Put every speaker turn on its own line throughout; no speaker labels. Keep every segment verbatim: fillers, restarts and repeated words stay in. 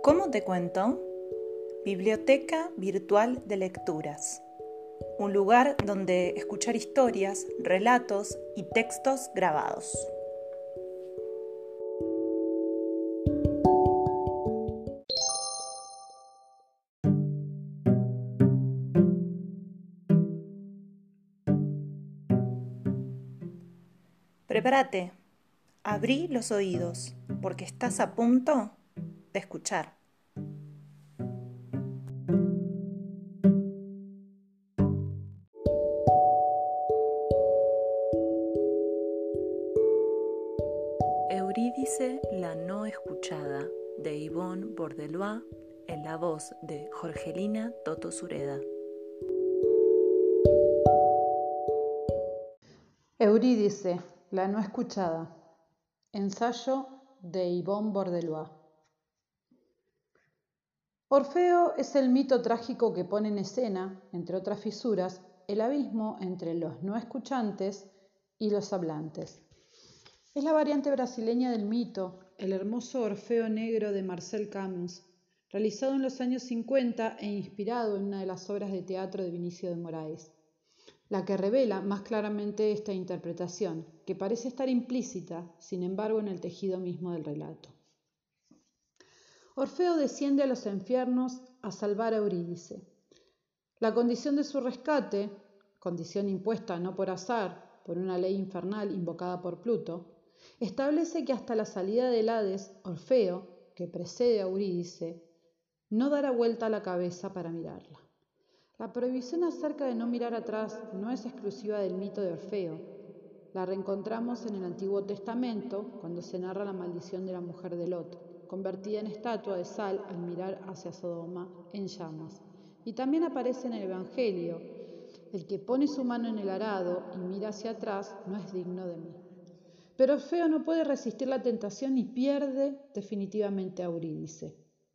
¿Cómo te cuento? Biblioteca Virtual de Lecturas. Un lugar donde escuchar historias, relatos y textos grabados. Prepárate, abrí los oídos, porque estás a punto de escuchar. Eurídice la no escuchada, de Yvonne Bordelois, en la voz de Jorgelina Toto Sureda.
Eurídice, la no escuchada. Ensayo de Yvonne Bordelois. Orfeo es el mito trágico que pone en escena, entre otras fisuras, el abismo entre los no escuchantes y los hablantes. Es la variante brasileña del mito, el hermoso Orfeo Negro de Marcel Camus, realizado en los años cincuenta e inspirado en una de las obras de teatro de Vinicio de Moraes, la que revela más claramente esta interpretación, que parece estar implícita, sin embargo, en el tejido mismo del relato. Orfeo desciende a los infiernos a salvar a Eurídice. La condición de su rescate, condición impuesta no por azar, por una ley infernal invocada por Pluto, establece que hasta la salida del Hades, Orfeo, que precede a Eurídice, no dará vuelta a la cabeza para mirarla. La prohibición acerca de no mirar atrás no es exclusiva del mito de Orfeo. La reencontramos en el Antiguo Testamento cuando se narra la maldición de la mujer de Lot, convertida en estatua de sal al mirar hacia Sodoma en llamas. Y también aparece en el Evangelio: el que pone su mano en el arado y mira hacia atrás no es digno de mí. Pero Orfeo no puede resistir la tentación y pierde definitivamente a Eurídice.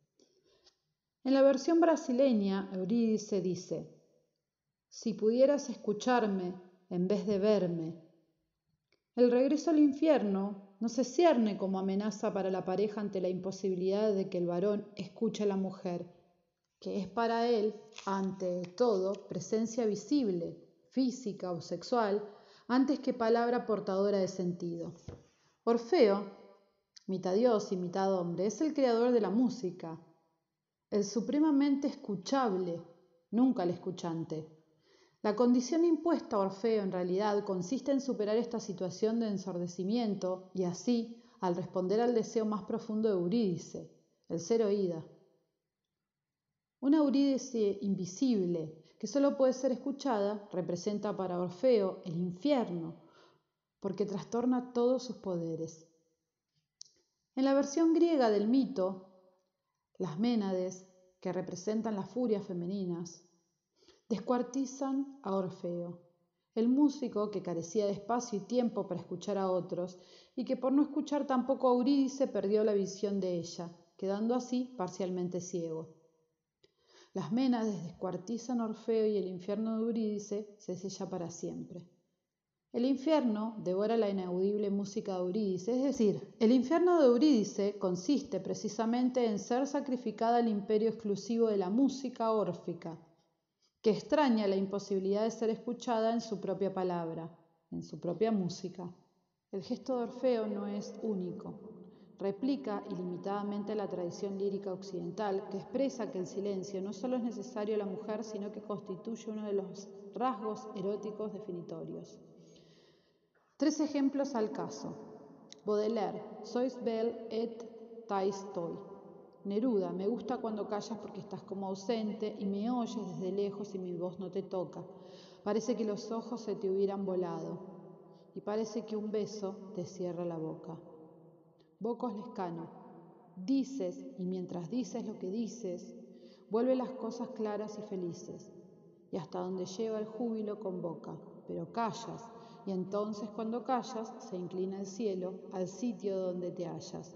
En la versión brasileña, Eurídice dice: si pudieras escucharme en vez de verme. El regreso al infierno no se cierne como amenaza para la pareja ante la imposibilidad de que el varón escuche a la mujer, que es para él, ante todo, presencia visible, física o sexual, antes que palabra portadora de sentido. Orfeo, mitad dios y mitad hombre, es el creador de la música, el supremamente escuchable, nunca el escuchante. La condición impuesta a Orfeo en realidad consiste en superar esta situación de ensordecimiento y así, al responder al deseo más profundo de Eurídice, el ser oída. Una Eurídice invisible, que solo puede ser escuchada, representa para Orfeo el infierno, porque trastorna todos sus poderes. En la versión griega del mito, las Ménades, que representan las furias femeninas, descuartizan a Orfeo, el músico que carecía de espacio y tiempo para escuchar a otros y que por no escuchar tampoco a Eurídice perdió la visión de ella, quedando así parcialmente ciego. Las Ménades descuartizan a Orfeo y el infierno de Eurídice se sella para siempre. El infierno devora la inaudible música de Eurídice, es decir, el infierno de Eurídice consiste precisamente en ser sacrificada al imperio exclusivo de la música órfica, que extraña la imposibilidad de ser escuchada en su propia palabra, en su propia música. El gesto de Orfeo no es único. Replica ilimitadamente la tradición lírica occidental, que expresa que el silencio no solo es necesario a la mujer, sino que constituye uno de los rasgos eróticos definitorios. Tres ejemplos al caso. Baudelaire, Sois belle et tais-toi. Neruda, me gusta cuando callas porque estás como ausente y me oyes desde lejos y mi voz no te toca. Parece que los ojos se te hubieran volado y parece que un beso te cierra la boca. Bocos Lescano, dices y mientras dices lo que dices, vuelve las cosas claras y felices y hasta donde lleva el júbilo convoca, pero callas y entonces cuando callas se inclina el cielo al sitio donde te hallas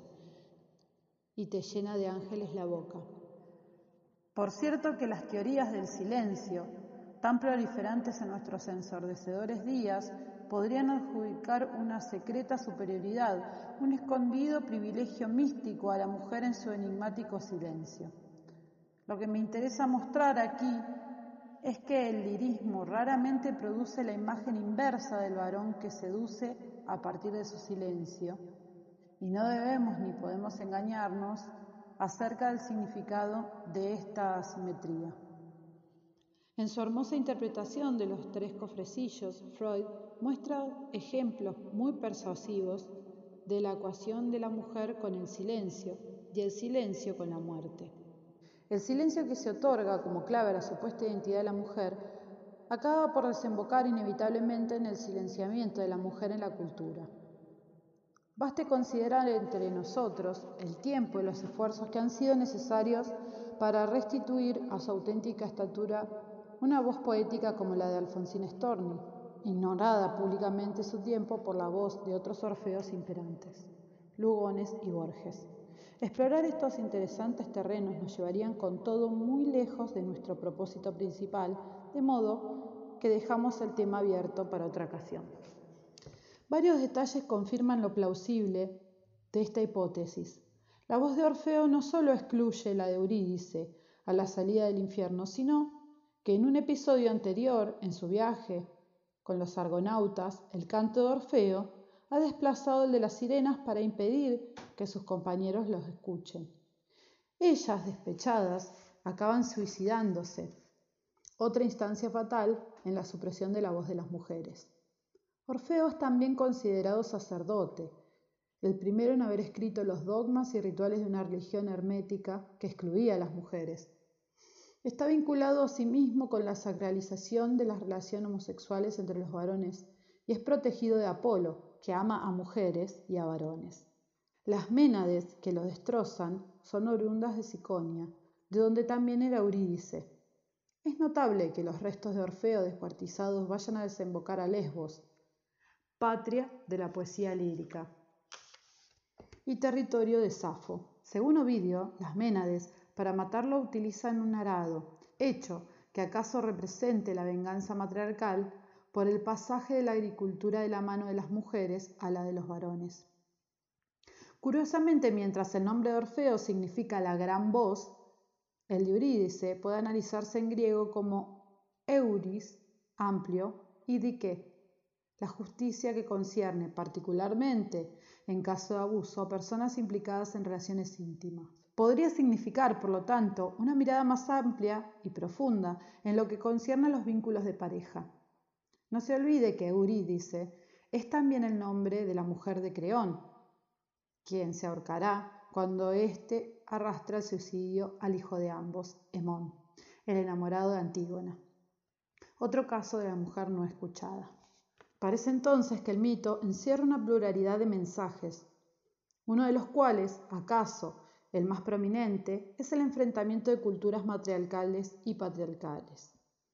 y te llena de ángeles la boca. Por cierto que las teorías del silencio, tan proliferantes en nuestros ensordecedores días, podrían adjudicar una secreta superioridad, un escondido privilegio místico a la mujer en su enigmático silencio. Lo que me interesa mostrar aquí es que el lirismo raramente produce la imagen inversa del varón que seduce a partir de su silencio, y no debemos ni podemos engañarnos acerca del significado de esta asimetría. En su hermosa interpretación de los tres cofrecillos, Freud muestra ejemplos muy persuasivos de la ecuación de la mujer con el silencio y el silencio con la muerte. El silencio que se otorga como clave a la supuesta identidad de la mujer acaba por desembocar inevitablemente en el silenciamiento de la mujer en la cultura. Baste considerar entre nosotros el tiempo y los esfuerzos que han sido necesarios para restituir a su auténtica estatura una voz poética como la de Alfonsín Storni, ignorada públicamente su tiempo por la voz de otros Orfeos imperantes, Lugones y Borges. Explorar estos interesantes terrenos nos llevarían con todo muy lejos de nuestro propósito principal, de modo que dejamos el tema abierto para otra ocasión. Varios detalles confirman lo plausible de esta hipótesis. La voz de Orfeo no solo excluye la de Eurídice a la salida del infierno, sino que en un episodio anterior, en su viaje con los argonautas, el canto de Orfeo ha desplazado el de las sirenas para impedir que sus compañeros los escuchen. Ellas, despechadas, acaban suicidándose, otra instancia fatal en la supresión de la voz de las mujeres. Orfeo es también considerado sacerdote, el primero en haber escrito los dogmas y rituales de una religión hermética que excluía a las mujeres. Está vinculado asimismo con la sacralización de las relaciones homosexuales entre los varones y es protegido de Apolo, que ama a mujeres y a varones. Las Ménades que lo destrozan son oriundas de Siconia, de donde también era Eurídice. Es notable que los restos de Orfeo descuartizados vayan a desembocar a Lesbos, patria de la poesía lírica, y territorio de Safo. Según Ovidio, las Ménades para matarlo utilizan un arado, hecho que acaso represente la venganza matriarcal por el pasaje de la agricultura de la mano de las mujeres a la de los varones. Curiosamente, mientras el nombre de Orfeo significa la gran voz, el de Eurídice puede analizarse en griego como euris, amplio, y dike, la justicia que concierne particularmente, en caso de abuso, a personas implicadas en relaciones íntimas. Podría significar, por lo tanto, una mirada más amplia y profunda en lo que concierne a los vínculos de pareja. No se olvide que Eurídice es también el nombre de la mujer de Creón, quien se ahorcará cuando éste arrastra el suicidio al hijo de ambos, Hemón, el enamorado de Antígona. Otro caso de la mujer no escuchada. Parece entonces que el mito encierra una pluralidad de mensajes, uno de los cuales, acaso el más prominente, es el enfrentamiento de culturas matriarcales y patriarcales.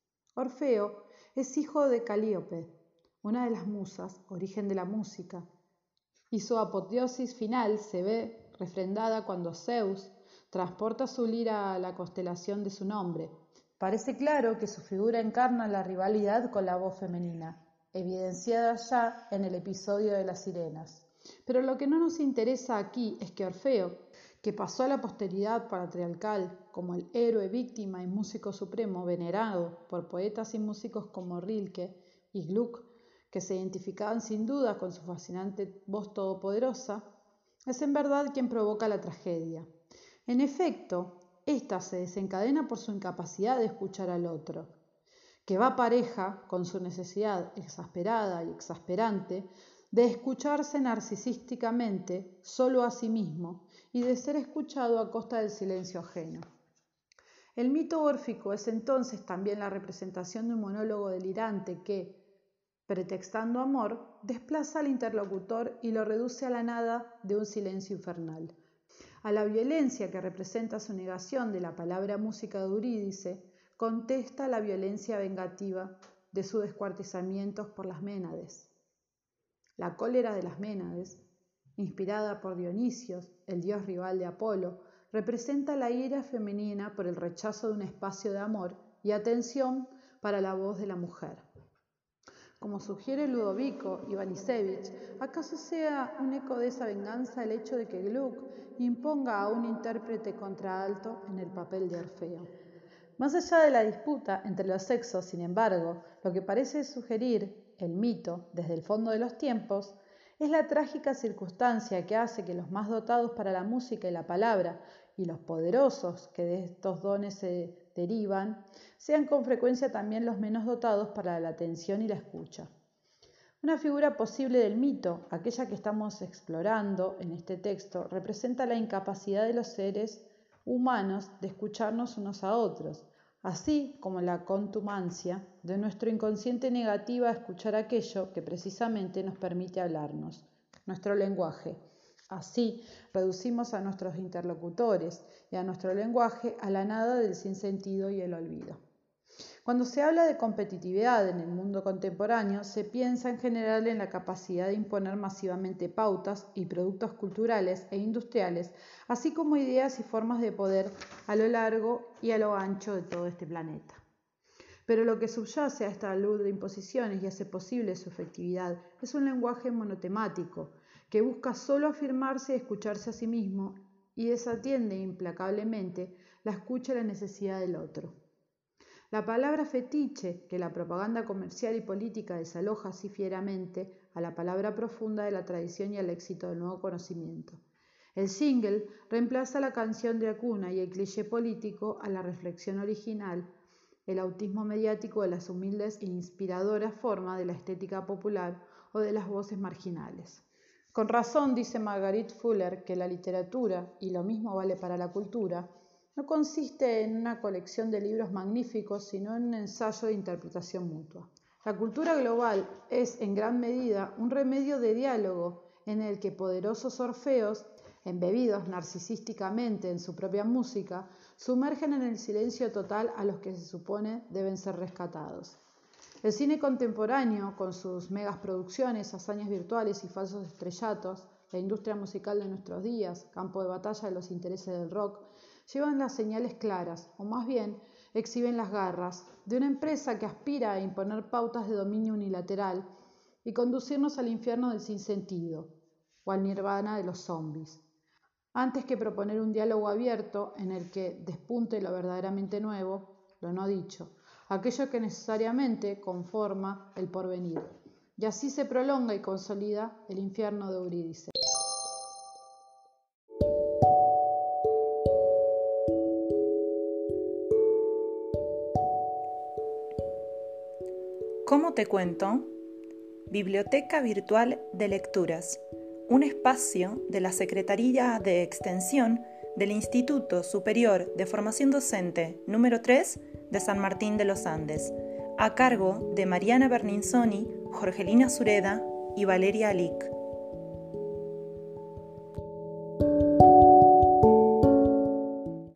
Orfeo es hijo de Calíope, una de las musas, origen de la música, y su apoteosis final se ve refrendada cuando Zeus transporta su lira a la constelación de su nombre. Parece claro que su figura encarna la rivalidad con la voz femenina, evidenciada ya en el episodio de las sirenas. Pero lo que no nos interesa aquí es que Orfeo, que pasó a la posteridad patriarcal como el héroe, víctima y músico supremo venerado por poetas y músicos como Rilke y Gluck, que se identificaban sin duda con su fascinante voz todopoderosa, es en verdad quien provoca la tragedia. En efecto, ésta se desencadena por su incapacidad de escuchar al otro, que va pareja con su necesidad exasperada y exasperante de escucharse narcisísticamente solo a sí mismo y de ser escuchado a costa del silencio ajeno. El mito órfico es entonces también la representación de un monólogo delirante que, pretextando amor, desplaza al interlocutor y lo reduce a la nada de un silencio infernal. A la violencia que representa su negación de la palabra música de Eurídice, contesta la violencia vengativa de sus descuartizamientos por las Ménades. La cólera de las Ménades, inspirada por Dionisio, el dios rival de Apolo, representa la ira femenina por el rechazo de un espacio de amor y atención para la voz de la mujer. Como sugiere Ludovico Ivanišević, ¿acaso sea un eco de esa venganza el hecho de que Gluck imponga a un intérprete contralto en el papel de Orfeo? Más allá de la disputa entre los sexos, sin embargo, lo que parece sugerir el mito desde el fondo de los tiempos es la trágica circunstancia que hace que los más dotados para la música y la palabra y los poderosos que de estos dones se derivan sean con frecuencia también los menos dotados para la atención y la escucha. Una figura posible del mito, aquella que estamos explorando en este texto, representa la incapacidad de los seres humanos de escucharnos unos a otros, así como la contumacia de nuestro inconsciente negativa a escuchar aquello que precisamente nos permite hablarnos, nuestro lenguaje. Así reducimos a nuestros interlocutores y a nuestro lenguaje a la nada del sinsentido y el olvido. Cuando se habla de competitividad en el mundo contemporáneo, se piensa en general en la capacidad de imponer masivamente pautas y productos culturales e industriales, así como ideas y formas de poder a lo largo y a lo ancho de todo este planeta. Pero lo que subyace a esta luz de imposiciones y hace posible su efectividad es un lenguaje monotemático, que busca solo afirmarse y escucharse a sí mismo y desatiende implacablemente la escucha y la necesidad del otro. La palabra fetiche, que la propaganda comercial y política desaloja así fieramente a la palabra profunda de la tradición y al éxito del nuevo conocimiento. El single reemplaza la canción de cuna y el cliché político a la reflexión original, el autismo mediático de las humildes e inspiradoras formas de la estética popular o de las voces marginales. Con razón dice Marguerite Fuller que la literatura, y lo mismo vale para la cultura, no consiste en una colección de libros magníficos, sino en un ensayo de interpretación mutua. La cultura global es, en gran medida, un remedio de diálogo en el que poderosos orfeos, embebidos narcisísticamente en su propia música, sumergen en el silencio total a los que se supone deben ser rescatados. El cine contemporáneo, con sus megas producciones, hazañas virtuales y falsos estrellatos, la industria musical de nuestros días, campo de batalla de los intereses del rock, llevan las señales claras, o más bien exhiben las garras, de una empresa que aspira a imponer pautas de dominio unilateral y conducirnos al infierno del sinsentido, o al nirvana de los zombies, antes que proponer un diálogo abierto en el que despunte lo verdaderamente nuevo, lo no dicho, aquello que necesariamente conforma el porvenir. Y así se prolonga y consolida el infierno de Eurídice.
¿Cómo te cuento? Biblioteca Virtual de Lecturas, un espacio de la Secretaría de Extensión del Instituto Superior de Formación Docente número tres de San Martín de los Andes, a cargo de Mariana Berninzoni, Jorgelina Sureda y Valeria Alic.